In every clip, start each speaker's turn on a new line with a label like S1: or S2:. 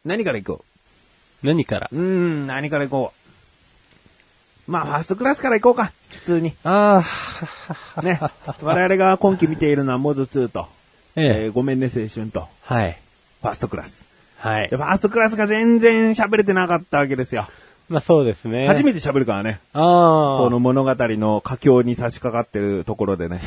S1: 何から行こ
S2: 何から
S1: 何から行こう。まあ、ファーストクラスから行こうか。普通に。
S2: あ
S1: ね。我々が今期見ているのはモズ2と、
S2: ええ
S1: ごめんね青春と、
S2: はい。
S1: ファーストクラス。
S2: はい
S1: で。ファーストクラスが全然喋れてなかったわけですよ。
S2: まあそうですね。
S1: 初めて喋るからね。
S2: ああ。
S1: この物語の佳境に差し掛かってるところでね。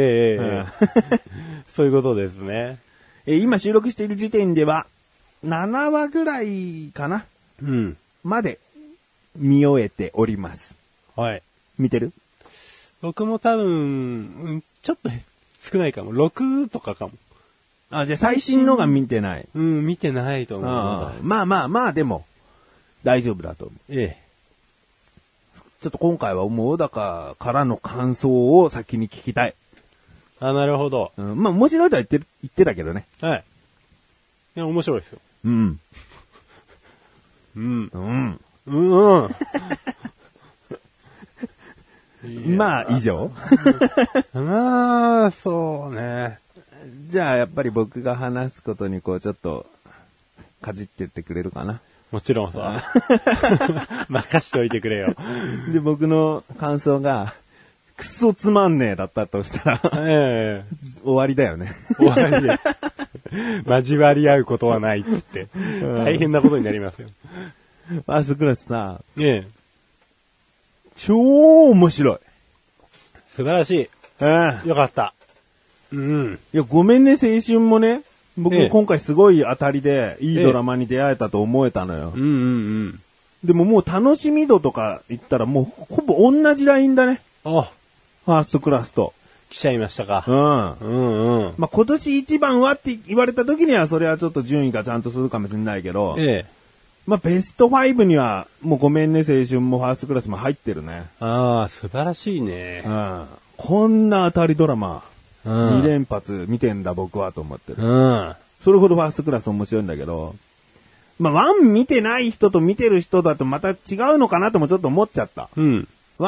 S2: そういうことですね。
S1: 今収録している時点では、7話ぐらいかな
S2: うん。
S1: まで見終えております。
S2: はい。
S1: 見てる？
S2: 僕も多分、ちょっと少ないかも。6とかかも。
S1: あ、じゃあ最新のが見てない。
S2: 見てないと思う。
S1: まあまあまあ、でも、大丈夫だと思う。
S2: ええ。
S1: ちょっと今回はもう小高からの感想を先に聞きたい。
S2: あ、なるほど。
S1: まあ面白いとは言ってたけどね。
S2: はい。いや、面白いですよ。
S1: うん。
S2: うん。
S1: うん。
S2: うん。
S1: まあ以上
S2: まあ、そうね。
S1: じゃあやっぱり僕が話すことにこうちょっとかじってってくれるかな。
S2: もちろんさ。任しておいてくれよ。
S1: で、僕の感想が、クソつまんねえだったとしたら、終わりだよね。
S2: 終わりで。交わり合うことはないっつって、大変なことになりますよ。
S1: ファーストクラスさ、
S2: ええ。
S1: 超面白い。
S2: 素晴らしい。よかった。うん。
S1: いや、ごめんね、青春もね、僕
S2: ええ
S1: 今回すごい当たりで、いいドラマに出会えたと思えたのよ。
S2: うんうんうん。
S1: でももう楽しみ度とか言ったらもうほぼ同じラインだね。
S2: あ、
S1: ファーストクラスと。
S2: 来ちゃいましたか。
S1: うん。
S2: うんうん。
S1: まあ、今年一番はって言われた時にはそれはちょっと順位がちゃんとするかもしれないけど、
S2: ええ。
S1: まあ、ベスト5にはもうごめんね青春もファーストクラスも入ってるね。
S2: ああ、素晴らしいね。
S1: こんな当たりドラマ、
S2: うん
S1: 2連発見てんだ僕はと思ってる。
S2: うん。
S1: それほどファーストクラス面白いんだけど、まあ、1見てない人と見てる人だとまた違うのかなともちょっと思っちゃった。
S2: うん。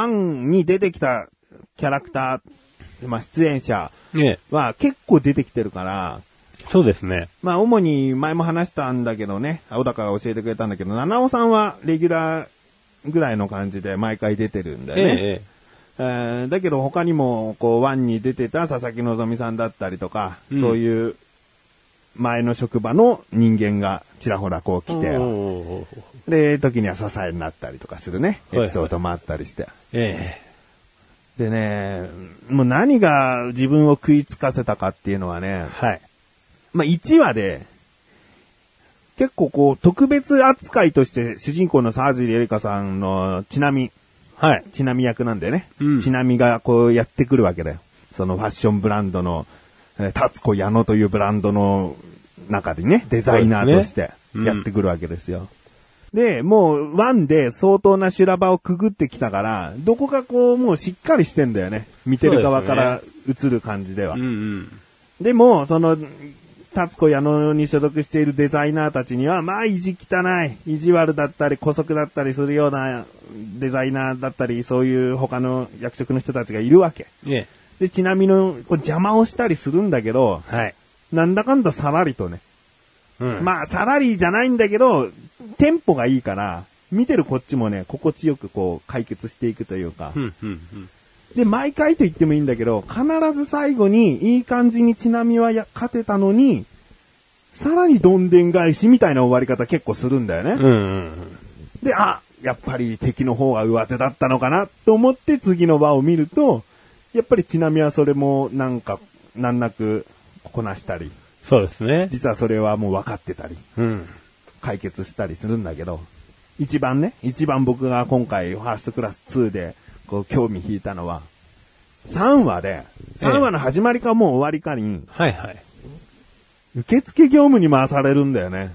S1: 1に出てきたキャラクター、まあ、出演者
S2: ええ。
S1: は結構出てきてるから、
S2: そうですね。
S1: まあ、主に前も話したんだけどね、小高が教えてくれたんだけど、七尾さんはレギュラーぐらいの感じで毎回出てるんだよね。
S2: ええ。
S1: だけど他にも、こう、ワンに出てた佐々木希さんだったりとか、そういう前の職場の人間がちらほらこう来て、で、時には支えになったりとかするね、エピソードもあったりして。
S2: え
S1: え。でね、もう何が自分を食いつかせたかっていうのはね、
S2: はい。
S1: まあ、1話で、結構こう、特別扱いとして主人公の沢尻エリカさんのちなみ役なんだよね。ちなみがこうやってくるわけだよ。そのファッションブランドの、タツコ矢野というブランドの中でね、デザイナーとしてやってくるわけですよ。で、もうワンで相当な修羅場をくぐってきたから、どこかこうもうしっかりしてんだよね。見てる側から映る感じでは。でも、その、タツコ矢野に所属しているデザイナーたちには、まあ、意地汚い、意地悪だったり、姑息だったりするようなデザイナーだったり、そういう他の役職の人たちがいるわけ。で、ちなみのこう邪魔をしたりするんだけど、なんだかんださらりとね。まあ、さらりじゃないんだけど、テンポがいいから、見てるこっちもね、心地よくこう、解決していくというか。で、毎回と言ってもいいんだけど、必ず最後にいい感じにちなみは勝てたのに、さらにどんでん返しみたいな終わり方結構するんだよね。で、やっぱり敵の方が上手だったのかなと思って次の輪を見ると、やっぱりちなみはそれもなんか、難なくこなしたり。
S2: そうですね。
S1: 実はそれはもう分かってたり。解決したりするんだけど、一番僕が今回ファーストクラス2で、こう興味引いたのは、3話の始まりかもう終わりかに、受付業務に回されるんだよね。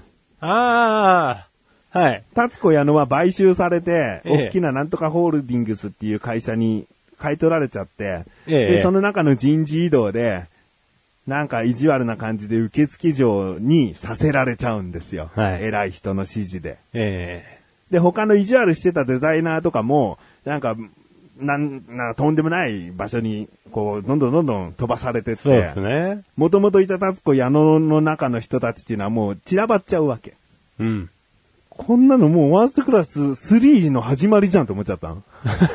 S1: タツコ矢野は買収されて、大きななんとかホールディングスっていう会社に買い取られちゃって、で、その中の人事異動で、なんか意地悪な感じで受付嬢にさせられちゃうんですよ。偉い人の指示で。で、他の意地悪してたデザイナーとかも、なんかとんでもない場所に、こう、どんどん飛ばされてって。
S2: そうですね。
S1: もともといたタツコ矢野の中の人たちっていうのはもう散らばっちゃうわけ。
S2: うん。
S1: こんなのもうワーストクラス3の始まりじゃんと思っちゃったの。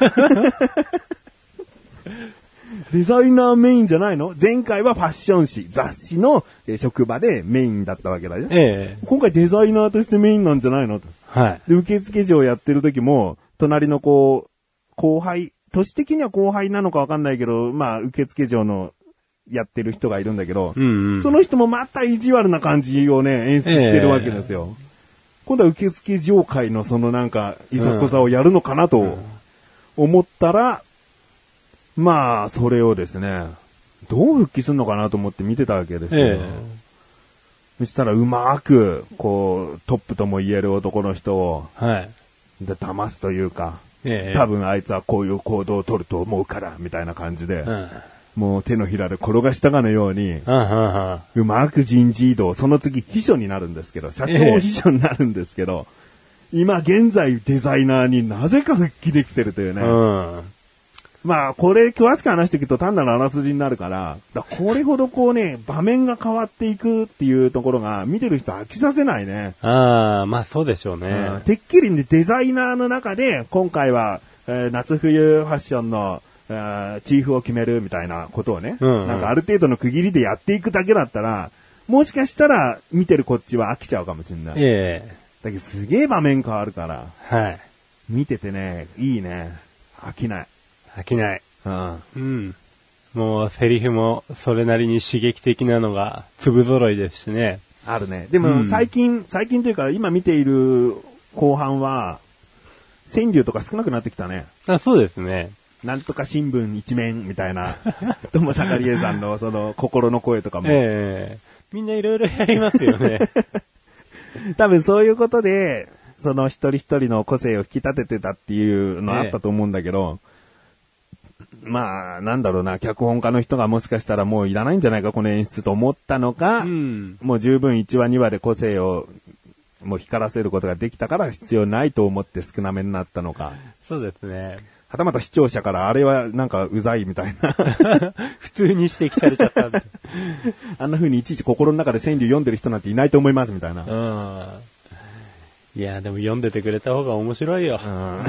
S1: デザイナーメインじゃないの？前回はファッション誌、雑誌の職場でメインだったわけだよ。今回デザイナーとしてメインなんじゃないのと。
S2: はい。
S1: で、受付嬢やってる時も、隣の後輩、年的には後輩なのかわかんないけど、まあ、受付嬢のやってる人がいるんだけど、その人もまた意地悪な感じをね、演出してるわけですよ。今度は受付嬢会のそのなんか、いざこざをやるのかなと思ったら、まあ、それをですね、どう復帰するのかなと思って見てたわけですよ。そしたらうまく、こう、トップとも言える男の人を、で騙すというか、多分あいつはこういう行動を取ると思うから、みたいな感じで、もう手のひらで転がしたかのように、うまく人事異動、その次秘書になるんですけど、社長秘書になるんですけど、今現在デザイナーになぜか復帰できてるというね。まあ、これ詳しく話していくと単なるあらすじになるから、これほどこうね、場面が変わっていくっていうところが見てる人飽きさせないね。
S2: まあそうでしょうね。
S1: てっきりね、デザイナーの中で、今回は、夏冬ファッションの、チーフを決めるみたいなことをね、なんかある程度の区切りでやっていくだけだったら、もしかしたら見てるこっちは飽きちゃうかもしれない。だけどすげえ場面変わるから、見ててね、いいね。飽きない。
S2: 飽きない。もうセリフもそれなりに刺激的なのが粒揃いですしね。
S1: あるね。でも最近というか今見ている後半は、川柳とか少なくなってきたね。
S2: そうですね。
S1: なんとか新聞一面みたいな、友坂理恵さんのその心の声とかも。
S2: みんないろいろやりますよね。
S1: 多分そういうことで、その一人一人の個性を引き立ててたっていうのあったと思うんだけど、まあ、なんだろうな、脚本家の人がもしかしたらもういらないんじゃないか、この演出と思ったのか、もう十分1話2話で個性をもう光らせることができたから必要ないと思って少なめになったのか。
S2: そうですね。
S1: はたまた視聴者からあれはなんかうざいみたいな。
S2: 普通に指摘されちゃったんで。
S1: あんな風にいちいち心の中で川柳読んでる人なんていないと思いますみたいな。
S2: いや、でも読んでてくれた方が面白いよ。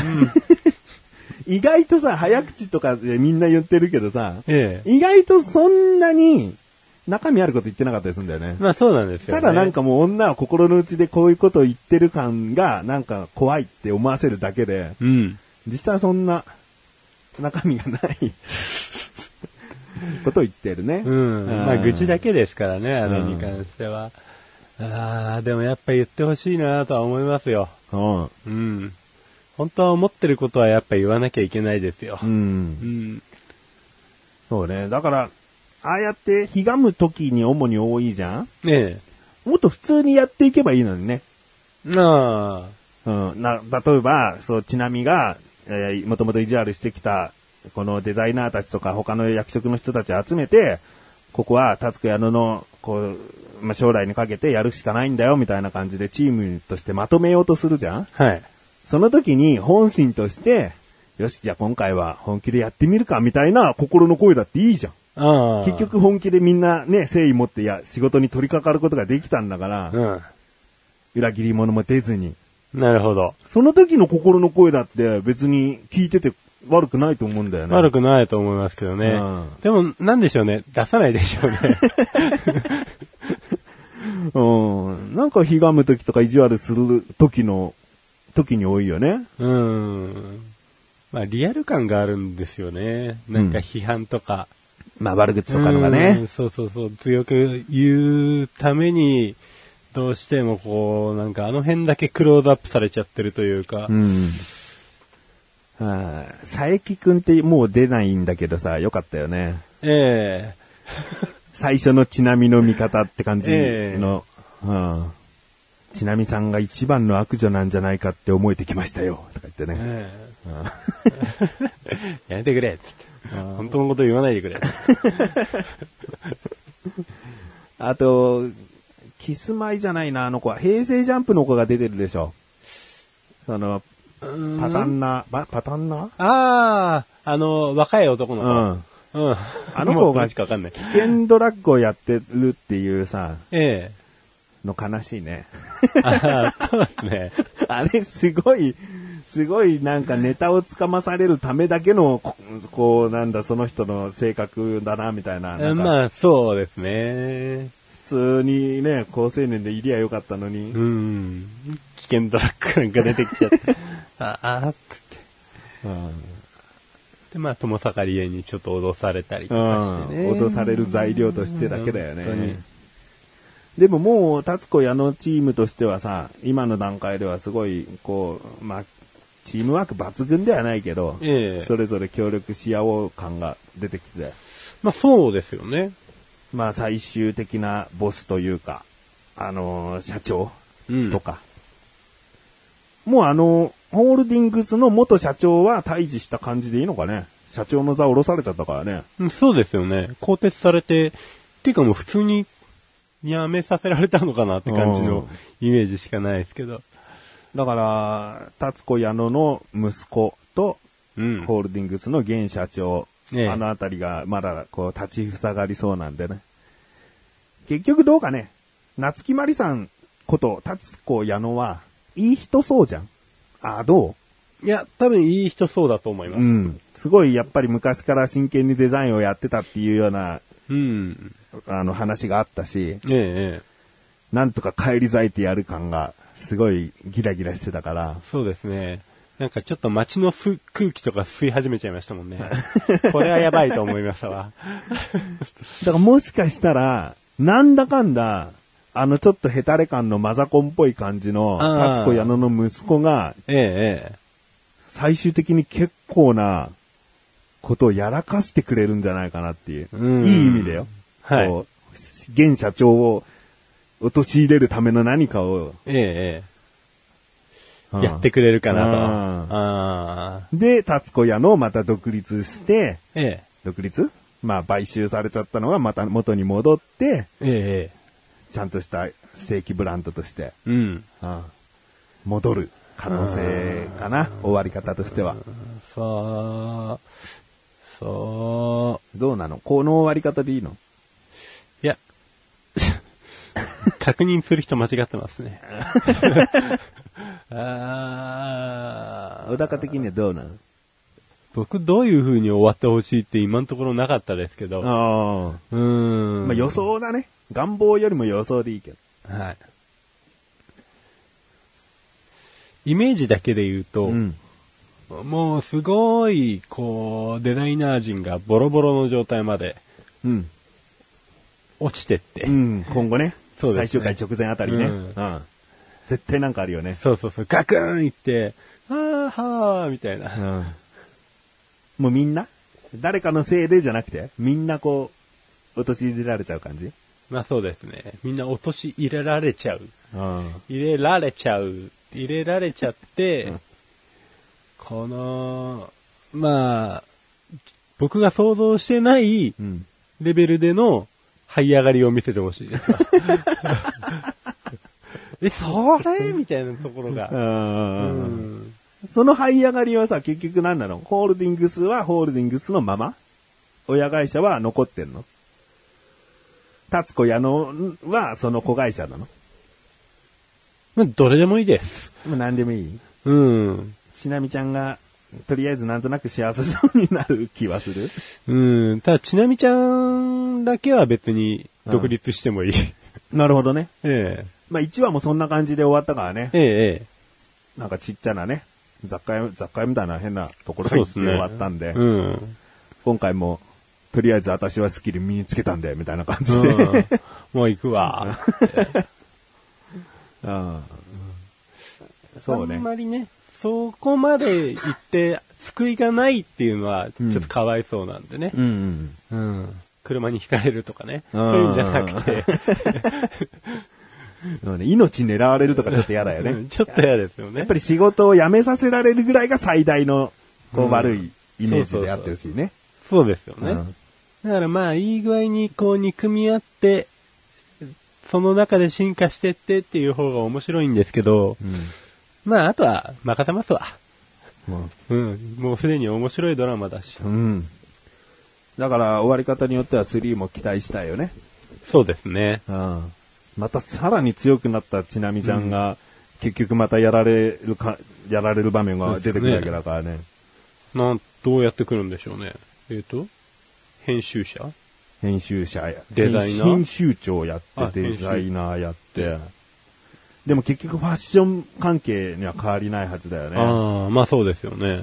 S1: 意外とさ、早口とかでみんな言ってるけどさ、意外とそんなに中身あること言ってなかったりするんだよね。
S2: まあそうなんですよね。
S1: ただなんかもう女は心の内でこういうことを言ってる感がなんか怖いって思わせるだけで、実際そんな中身がないことを言ってるね。
S2: まあ愚痴だけですからね、あれに関しては。でもやっぱ言ってほしいなとは思いますよ。本当は思ってることはやっぱ言わなきゃいけないですよ。
S1: そうね。だから、ああやってひがむ時に主に多いじゃん？もっと普通にやっていけばいいのにね。例えば、そう、ちなみが、もともと意地悪してきた、このデザイナーたちとか他の役職の人たち集めて、ここはタツクヤノの、こう、まあ、将来にかけてやるしかないんだよ、みたいな感じでチームとしてまとめようとするじゃん？その時に本心として、よし、じゃあ今回は本気でやってみるか、みたいな心の声だっていいじゃん。結局本気でみんなね、誠意持って仕事に取り掛かることができたんだから、裏切り者も出ずに。
S2: なるほど。
S1: その時の心の声だって別に聞いてて悪くないと思うんだよね。
S2: 悪くないと思いますけどね。でも、なんでしょうね。出さないでしょう
S1: ね。なんかひがむ時とか意地悪する時に多いよね。
S2: まあ、リアル感があるんですよね。なんか批判とか。
S1: まあ、悪口とかのがね。
S2: そう。強く言うために、どうしてもこう、なんかあの辺だけクローズアップされちゃってるというか。
S1: 佐伯くんってもう出ないんだけどさ、よかったよね。最初のちなみの味方って感じの。ちなみさんが一番の悪女なんじゃないかって思えてきましたよとか言ってね、
S2: やめてくれって本当のこと言わないでくれ
S1: あとキスマイじゃないな、あの子は平成ジャンプの子が出てるでしょ。そのパタンナ
S2: 若い男の子、あの子が危険
S1: ドラッグをやってるっていうさ、 の悲しいね。
S2: ああ、そうですね。
S1: あれすごいなんかネタをつかまされるためだけの、こうなんだその人の性格だな、みたいな。
S2: まあ、そうですね。
S1: 普通にね、高青年でいりゃよかったのに。
S2: 危険ドラッグなんか出てきちゃって。って。で、まあ、友坂理恵にちょっと脅されたりとかしてね。
S1: 脅される材料としてだけだよね。でももう、達子矢野チームとしてはさ、今の段階ではすごい、こう、まあ、チームワーク抜群ではないけど、それぞれ協力し合おう感が出てきて。
S2: まあ、そうですよね。
S1: まあ、最終的なボスというか、社長とか。もうホールディングスの元社長は退治した感じでいいのかね。社長の座を下ろされちゃったからね。
S2: そうですよね。更迭されて、っていうかもう普通に辞めさせられたのかなって感じのイメージしかないですけど。
S1: だから、達子矢野の息子と、ホールディングスの現社長、あのあたりがまだこう立ちふさがりそうなんでね。結局どうかね、夏木マリさんこと達子矢野はいい人そうじゃん。ど
S2: う？いや、多分いい人そうだと思います。
S1: すごいやっぱり昔から真剣にデザインをやってたっていうような、話があったし、なんとか帰り咲いてやる感がすごいギラギラしてたから。
S2: そうですね。なんかちょっと街の空気とか吸い始めちゃいましたもんね。これはやばいと思いましたわ。
S1: だからもしかしたら、なんだかんだ、ちょっとヘタレ感のマザコンっぽい感じの、達子矢野の息子が、最終的に結構なことをやらかしてくれるんじゃないかなっていう。いい意味だよ。はい。現社長を陥れるための何かを、
S2: やってくれるかな
S1: と。で、達子屋のまた独立して、独立？まあ、買収されちゃったのがまた元に戻って、ちゃんとした正規ブランドとして、戻る可能性かな、終わり方としては。どうなの？この終わり方でいいの？
S2: いや、確認する人間違ってますね。
S1: 小高的にはどうなの？
S2: 僕どういう風に終わってほしいって今のところなかったですけど。
S1: まあ予想だね。願望よりも予想でいいけど。
S2: はい。イメージだけで言うと、もうすごい、こう、デザイナー陣がボロボロの状態まで、落ちてって。
S1: 今後ね。
S2: そうですね。
S1: 最終回直前あたりね。絶対なんかあるよね。
S2: そう。ガクーンいって、みたいな。
S1: もうみんな誰かのせいでじゃなくて、みんなこう、陥れられちゃう感じ？
S2: まあそうですね。みんな陥れられちゃう。入れられちゃって、この、まあ、僕が想像してないレベルでの這い上がりを見せてほしいです。それみたいなところが。
S1: その這い上がりはさ、結局何なの？ホールディングスはホールディングスのまま？親会社は残ってんの？達子矢野はその子会社なの？
S2: どれでもいいです。
S1: 何でもいい？ちなみちゃんが、とりあえずなんとなく幸せそうになる気はする？
S2: ただちなみちゃんだけは別に独立してもいい。
S1: なるほどね。まあ1話もそんな感じで終わったからね。なんかちっちゃなね、雑貨屋みたいな変なところで終わったんで、今回も、とりあえず私はスキル身につけたんで、みたいな感じで。
S2: もう行くわ。
S1: そうね。
S2: あんまりね、そこまで行って、救いがないっていうのは、ちょっとかわいそうなんでね。車にひかれるとかね。そういうんじゃなくて。
S1: 命狙われるとかちょっと嫌だよね。
S2: ちょっと嫌ですよね。
S1: やっぱり仕事を辞めさせられるぐらいが最大の、こう悪いイメージであってほしいね。
S2: そうですよね。だからまあ、いい具合にこう憎み合って、その中で進化してってっていう方が面白いんですけど、まあ、あとは任せますわ。もうすでに面白いドラマだし。
S1: だから終わり方によっては3も期待したいよね。
S2: そうですね。
S1: またさらに強くなったちなみちゃんが、結局またやられる場面が出てくるわけだからね。
S2: どうやってくるんでしょうね。編集者や。
S1: デザイナー編集長やって、デザイナーやって。でも結局ファッション関係には変わりないはずだよね。
S2: ああ、まあそうですよね。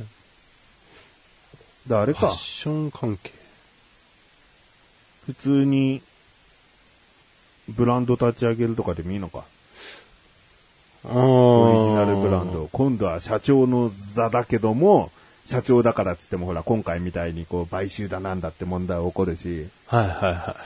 S1: あれか。
S2: ファッション関係。
S1: 普通に、ブランド立ち上げるとかでもいいのか。オリジナルブランド。今度は社長の座だけども、社長だからっつってもほら、今回みたいにこう、買収だなんだって問題起こるし。
S2: はいはいはい。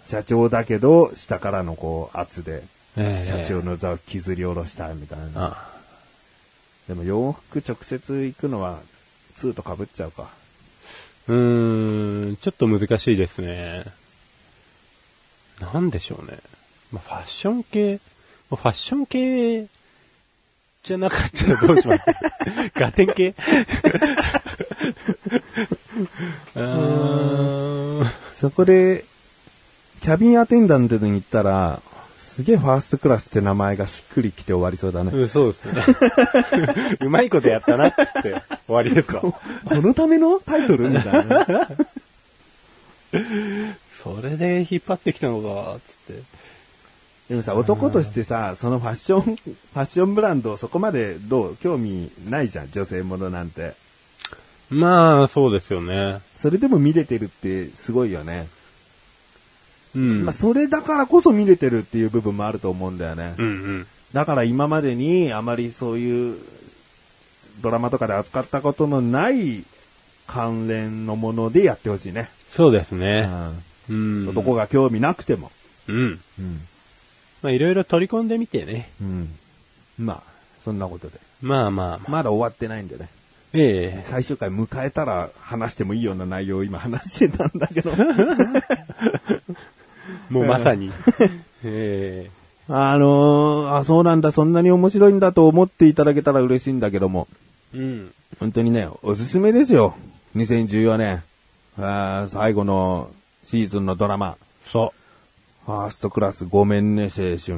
S1: 社長だけど、下からのこう、圧で、社長の座を削り下ろしたいみたいな。でも洋服直接行くのは、2と被っちゃうか。
S2: ちょっと難しいですね。なんでしょうね。まあ、ファッション系じゃなかったらどうしますガテン系
S1: そこで、キャビンアテンダントに行ったら、すげえファーストクラスって名前がしっくりきて終わりそうだね。
S2: そうですね。うまいことやったなって終わりですか。
S1: このためのタイトルみたいな。
S2: それで引っ張ってきたのか、つって。
S1: でもさ、男としてさ、そのファッションブランドそこまで興味ないじゃん、女性ものなんて。
S2: まあ、そうですよね。
S1: それでも見れてるってすごいよね。
S2: ま
S1: あ、それだからこそ見れてるっていう部分もあると思うんだよね。だから今までにあまりそういうドラマとかで扱ったことのない関連のものでやってほしいね。
S2: そうですね。
S1: 男が興味なくても。
S2: まあいろいろ取り込んでみてね。
S1: まあ、そんなことで。
S2: まだ
S1: 終わってないんでね。最終回迎えたら話してもいいような内容を今話してたんだけど。
S2: もうまさに。
S1: そうなんだ、そんなに面白いんだと思っていただけたら嬉しいんだけども。本当にね、おすすめですよ。2014年。最後のシーズンのドラマ。
S2: そう。
S1: ファーストクラスごめんね青春。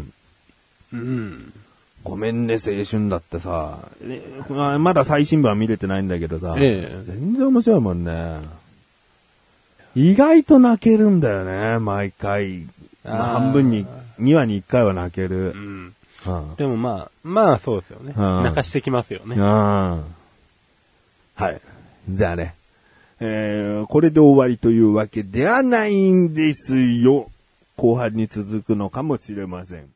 S1: ごめんね青春だってさ、まだ最新部は見れてないんだけどさ、全然面白いもんね。意外と泣けるんだよね、毎回。半分に、2話に1回は泣ける。
S2: でもまあそうですよね。泣かしてきますよね。
S1: はい。じゃあね、これで終わりというわけではないんですよ。後半に続くのかもしれません。